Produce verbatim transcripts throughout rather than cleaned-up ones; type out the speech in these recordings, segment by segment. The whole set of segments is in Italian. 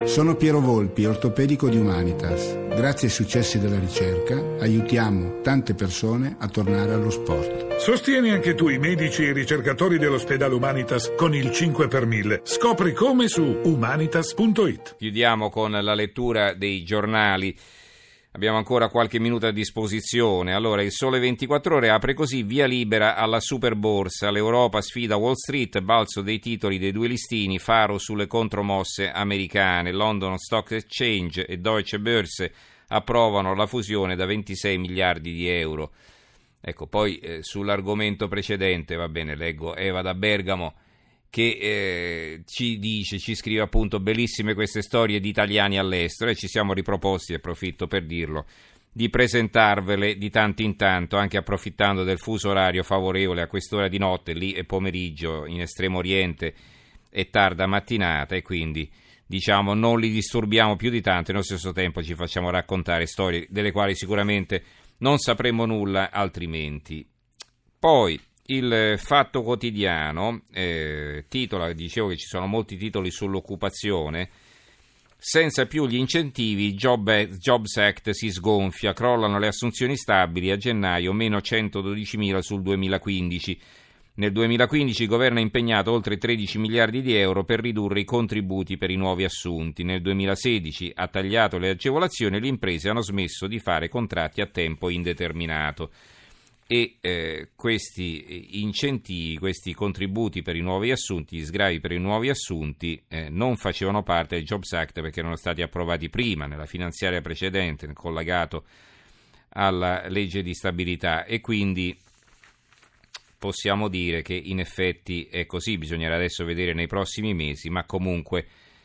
Sono Piero Volpi, ortopedico di Humanitas. Grazie ai successi della ricerca aiutiamo tante persone a tornare allo sport. Sostieni anche tu i medici e i ricercatori dell'ospedale Humanitas con il cinque per mille. Scopri come su humanitas punto it. Chiudiamo con la lettura dei giornali. Abbiamo ancora qualche minuto a disposizione. Allora, il Sole ventiquattro Ore apre così: via libera alla superborsa. L'Europa sfida Wall Street, balzo dei titoli dei due listini, faro sulle contromosse americane. London Stock Exchange e Deutsche Börse approvano la fusione da ventisei miliardi di euro. Ecco, poi eh, sull'argomento precedente, va bene, leggo Eva da Bergamo che eh, ci dice, ci scrive appunto: bellissime queste storie di italiani all'estero, e ci siamo riproposti, approfitto per dirlo, di presentarvele di tanto in tanto, anche approfittando del fuso orario favorevole a quest'ora di notte, lì è pomeriggio, in Estremo Oriente è tarda mattinata, e quindi diciamo non li disturbiamo più di tanto e nello stesso tempo ci facciamo raccontare storie delle quali sicuramente non sapremo nulla altrimenti. Poi il Fatto Quotidiano eh, titola, dicevo che ci sono molti titoli sull'occupazione: senza più gli incentivi, Job, Jobs Act si sgonfia, crollano le assunzioni stabili, a gennaio meno centododicimila sul duemilaquindici. Nel duemilaquindici il governo ha impegnato oltre tredici miliardi di euro per ridurre i contributi per i nuovi assunti. Nel duemilasedici ha tagliato le agevolazioni e le imprese hanno smesso di fare contratti a tempo indeterminato. E eh, questi incentivi, questi contributi per i nuovi assunti, gli sgravi per i nuovi assunti eh, non facevano parte del Jobs Act perché erano stati approvati prima, nella finanziaria precedente, nel collegato alla legge di stabilità, e quindi possiamo dire che in effetti è così. Bisognerà adesso vedere nei prossimi mesi, ma comunque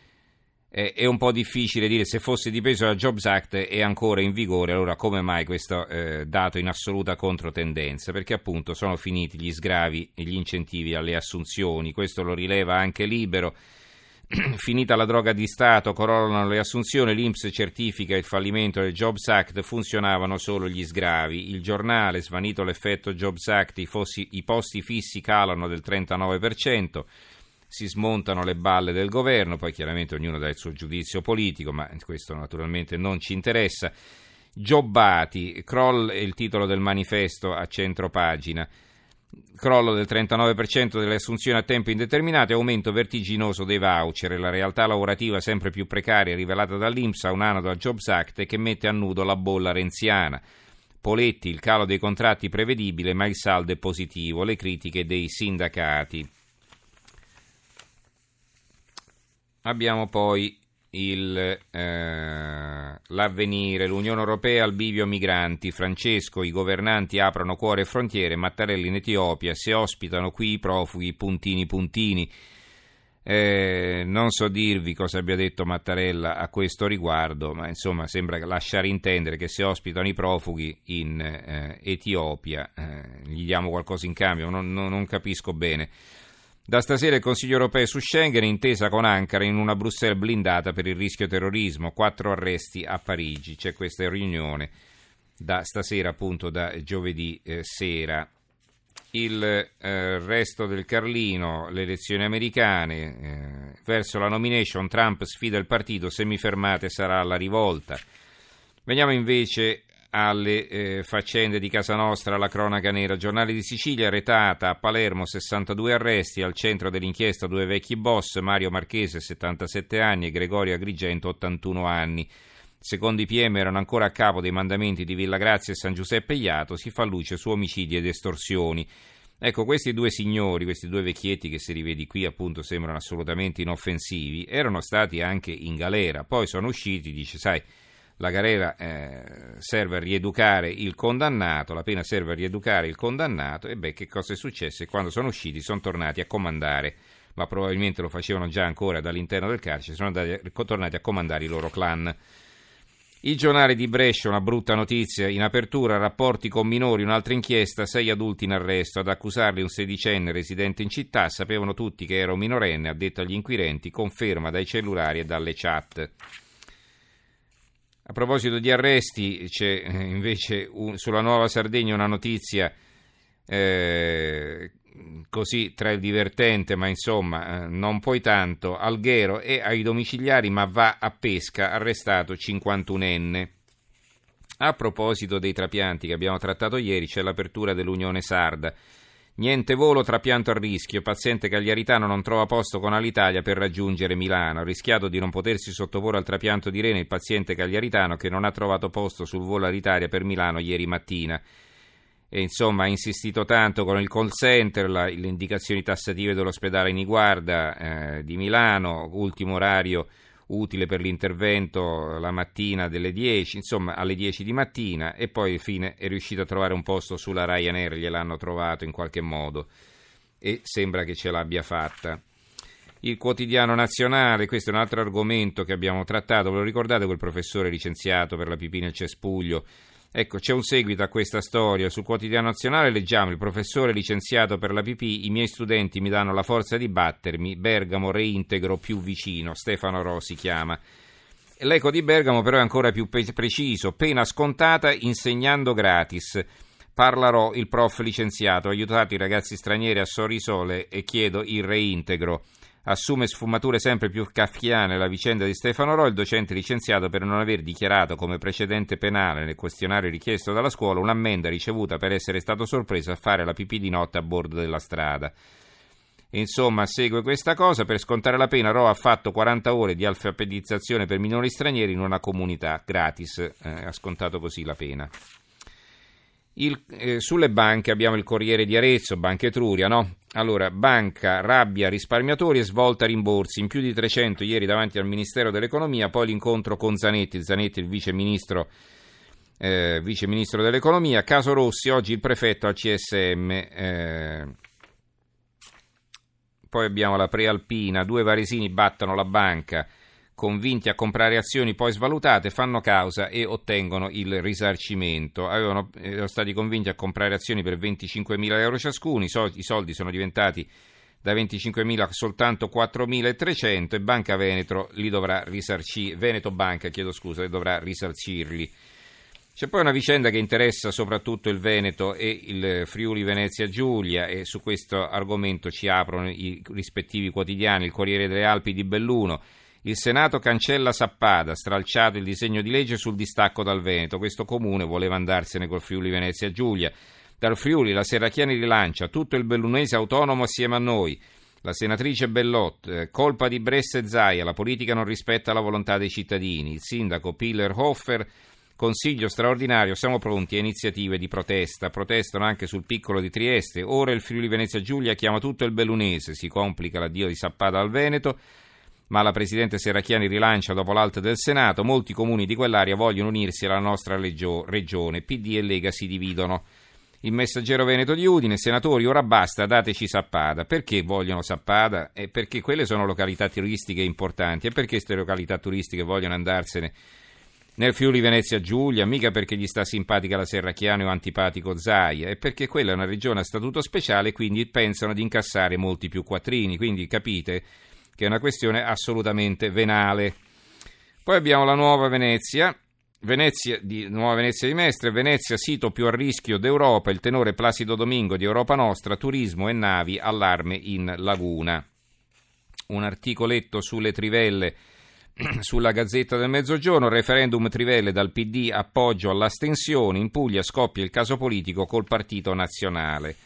è un po' difficile dire. Se fosse dipeso dal Jobs Act è ancora in vigore, allora come mai questo eh, dato in assoluta controtendenza? Perché appunto sono finiti gli sgravi e gli incentivi alle assunzioni, questo lo rileva anche Libero. Finita la droga di Stato, crollano le assunzioni, l'I N P S certifica il fallimento del Jobs Act, funzionavano solo gli sgravi. Il Giornale: svanito l'effetto Jobs Act, i, fossi, i posti fissi calano del trentanove per cento. Si smontano le balle del governo, poi chiaramente ognuno dà il suo giudizio politico, ma questo naturalmente non ci interessa. Jobbati, croll è il titolo del manifesto a centropagina. Crollo del trentanove per cento delle assunzioni a tempo indeterminato e aumento vertiginoso dei voucher. La realtà lavorativa sempre più precaria rivelata dall'I N P S a un anno dal Jobs Act e che mette a nudo la bolla renziana. Poletti: il calo dei contratti prevedibile, ma il saldo è positivo. Le critiche dei sindacati. Abbiamo poi il, eh, l'Avvenire, l'Unione Europea al bivio migranti. Francesco: i governanti aprono cuore e frontiere, Mattarella in Etiopia, se ospitano qui i profughi, puntini puntini. Eh, non so dirvi cosa abbia detto Mattarella a questo riguardo, ma insomma sembra lasciare intendere che se ospitano i profughi in eh, Etiopia eh, gli diamo qualcosa in cambio, non, non, non capisco bene. Da stasera il Consiglio europeo su Schengen, intesa con Ankara in una Bruxelles blindata per il rischio terrorismo, quattro arresti a Parigi. C'è questa riunione da stasera, appunto da giovedì eh, sera. Il eh, resto del Carlino, le elezioni americane, eh, verso la nomination Trump sfida il partito, se mi fermate sarà la rivolta. Veniamo invece alle eh, faccende di casa nostra, la cronaca nera. Giornale di Sicilia: retata a Palermo, sessantadue arresti, al centro dell'inchiesta due vecchi boss, Mario Marchese settantasette anni e Gregorio Agrigento ottantuno anni. Secondo i P M erano ancora a capo dei mandamenti di Villa Grazia e San Giuseppe Iato, si fa luce su omicidi ed estorsioni. Ecco, questi due signori, questi due vecchietti che si rivedi qui appunto sembrano assolutamente inoffensivi, erano stati anche in galera, poi sono usciti, dice sai, la galera eh, serve a rieducare il condannato, la pena serve a rieducare il condannato, e beh, che cosa è successo? E quando sono usciti sono tornati a comandare, ma probabilmente lo facevano già ancora dall'interno del carcere, sono andati, tornati a comandare i loro clan. Il Giornale di Brescia, una brutta notizia: in apertura rapporti con minori, un'altra inchiesta, sei adulti in arresto, ad accusarli un sedicenne residente in città, sapevano tutti che ero minorenne, ha detto agli inquirenti, conferma dai cellulari e dalle chat. A proposito di arresti, c'è invece un, sulla Nuova Sardegna una notizia eh, così tra il divertente, ma insomma eh, non poi tanto, Alghero è ai domiciliari ma va a pesca, arrestato cinquantunenne. A proposito dei trapianti che abbiamo trattato ieri, c'è l'apertura dell'Unione Sarda. Niente volo, trapianto a rischio, paziente cagliaritano non trova posto con Alitalia per raggiungere Milano. Ha rischiato di non potersi sottoporre al trapianto di rene il paziente cagliaritano che non ha trovato posto sul volo Alitalia per Milano ieri mattina. E insomma ha insistito tanto con il call center, la, le indicazioni tassative dell'ospedale Niguarda eh, di Milano, ultimo orario utile per l'intervento la mattina delle dieci, insomma alle dieci di mattina, e poi alla fine è riuscito a trovare un posto sulla Ryanair, gliel'hanno trovato in qualche modo e sembra che ce l'abbia fatta. Il Quotidiano Nazionale, questo è un altro argomento che abbiamo trattato, ve lo ricordate quel professore licenziato per la pipì nel cespuglio? Ecco, c'è un seguito a questa storia. Sul Quotidiano Nazionale leggiamo: il professore licenziato per la pipì, i miei studenti mi danno la forza di battermi, Bergamo reintegro più vicino, Stefano Ro si chiama. L'eco di Bergamo però è ancora più pe- preciso, pena scontata insegnando gratis. Parla il prof licenziato, ho aiutato i ragazzi stranieri a Sorrisole e chiedo il reintegro. Assume sfumature sempre più kafkiane la vicenda di Stefano Ro, il docente licenziato per non aver dichiarato come precedente penale nel questionario richiesto dalla scuola un'ammenda ricevuta per essere stato sorpreso a fare la pipì di notte a bordo della strada. E insomma, segue questa cosa. Per scontare la pena Ro ha fatto quaranta ore di alfabetizzazione per minori stranieri in una comunità gratis, eh, ha scontato così la pena. Il, eh, sulle banche abbiamo il Corriere di Arezzo, Banca Etruria, no? Allora, banca, rabbia, risparmiatori e svolta rimborsi, in più di trecento ieri davanti al Ministero dell'Economia, poi l'incontro con Zanetti, Zanetti il vice ministro, eh, vice ministro dell'Economia, caso Rossi, oggi il prefetto al C S M, eh, poi abbiamo la Prealpina, due varesini battono la banca, convinti a comprare azioni poi svalutate, fanno causa e ottengono il risarcimento. Avevano, erano stati convinti a comprare azioni per venticinquemila euro ciascuno, i soldi, i soldi sono diventati da venticinquemila soltanto quattromilatrecento e Banca Veneto li dovrà risarcire, Veneto Banca, chiedo scusa, li dovrà risarcirli. C'è poi una vicenda che interessa soprattutto il Veneto e il Friuli Venezia Giulia, e su questo argomento ci aprono i rispettivi quotidiani. Il Corriere delle Alpi di Belluno: il Senato cancella Sappada, stralciato il disegno di legge sul distacco dal Veneto. Questo comune voleva andarsene col Friuli Venezia Giulia. Dal Friuli la Serracchiani rilancia: tutto il bellunese autonomo assieme a noi. La senatrice Bellot: colpa di Bressa e Zaia, la politica non rispetta la volontà dei cittadini. Il sindaco Piller-Hoffer: consiglio straordinario, siamo pronti a iniziative di protesta. Protestano anche sul piccolo di Trieste. Ora il Friuli Venezia Giulia chiama tutto il bellunese, si complica l'addio di Sappada al Veneto. Ma la Presidente Serracchiani rilancia dopo l'alto del Senato: molti comuni di quell'area vogliono unirsi alla nostra legio- regione, P D e Lega si dividono. Il Messaggero Veneto di Udine: senatori, ora basta, dateci Sappada. Perché vogliono Sappada? Eh, perché quelle sono località turistiche importanti. E perché queste località turistiche vogliono andarsene nel Friuli Venezia Giulia? Mica perché gli sta simpatica la Serracchiani o antipatico Zaia, è perché quella è una regione a statuto speciale e quindi pensano di incassare molti più quattrini, quindi capite che è una questione assolutamente venale. Poi abbiamo la Nuova Venezia, Venezia di, Nuova Venezia di Mestre: Venezia sito più a rischio d'Europa, il tenore Placido Domingo di Europa Nostra, turismo e navi, allarme in laguna. Un articoletto sulle trivelle sulla Gazzetta del Mezzogiorno: referendum trivelle, dal P D appoggio all'astensione, in Puglia scoppia il caso politico col Partito Nazionale.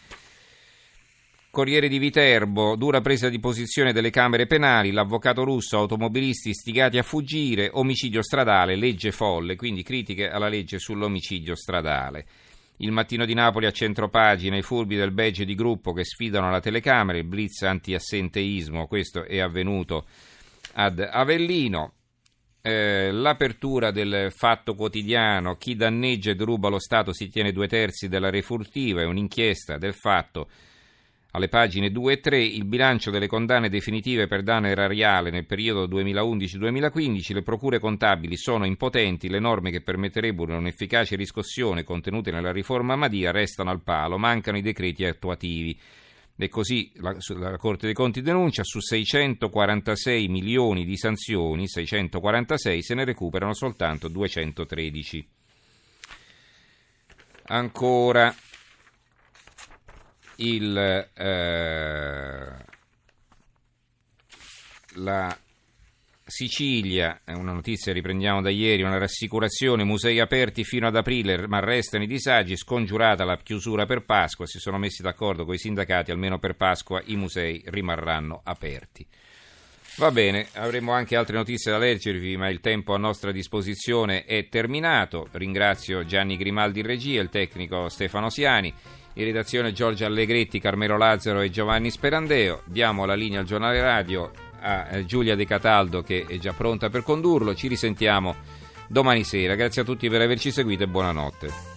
Corriere di Viterbo: dura presa di posizione delle Camere penali, l'avvocato russo, automobilisti istigati a fuggire, omicidio stradale, legge folle, quindi critiche alla legge sull'omicidio stradale. Il Mattino di Napoli a centropagina: i furbi del badge di gruppo che sfidano la telecamera, il blitz anti-assenteismo, questo è avvenuto ad Avellino. Eh, l'apertura del Fatto Quotidiano: chi danneggia e deruba lo Stato si tiene due terzi della refurtiva, è un'inchiesta del Fatto. Alle pagine due e tre, il bilancio delle condanne definitive per danno erariale nel periodo duemilaundici duemilaquindici, le procure contabili sono impotenti, le norme che permetterebbero un'efficace riscossione contenute nella riforma Madia restano al palo, mancano i decreti attuativi. E così la, la Corte dei Conti denuncia: su seicentoquarantasei milioni di sanzioni, seicentoquarantasei se ne recuperano soltanto duecentotredici. Ancora il eh, la Sicilia, è una notizia, riprendiamo da ieri, una rassicurazione, musei aperti fino ad aprile, ma restano i disagi, scongiurata la chiusura per Pasqua, si sono messi d'accordo con i sindacati, almeno per Pasqua i musei rimarranno aperti. Va bene, avremo anche altre notizie da leggervi, ma il tempo a nostra disposizione è terminato. Ringrazio Gianni Grimaldi in regia, il tecnico Stefano Siani, in redazione Giorgio Allegretti, Carmelo Lazzaro e Giovanni Sperandeo. Diamo la linea al giornale radio a Giulia De Cataldo, che è già pronta per condurlo. Ci risentiamo domani sera. Grazie a tutti per averci seguito e buonanotte.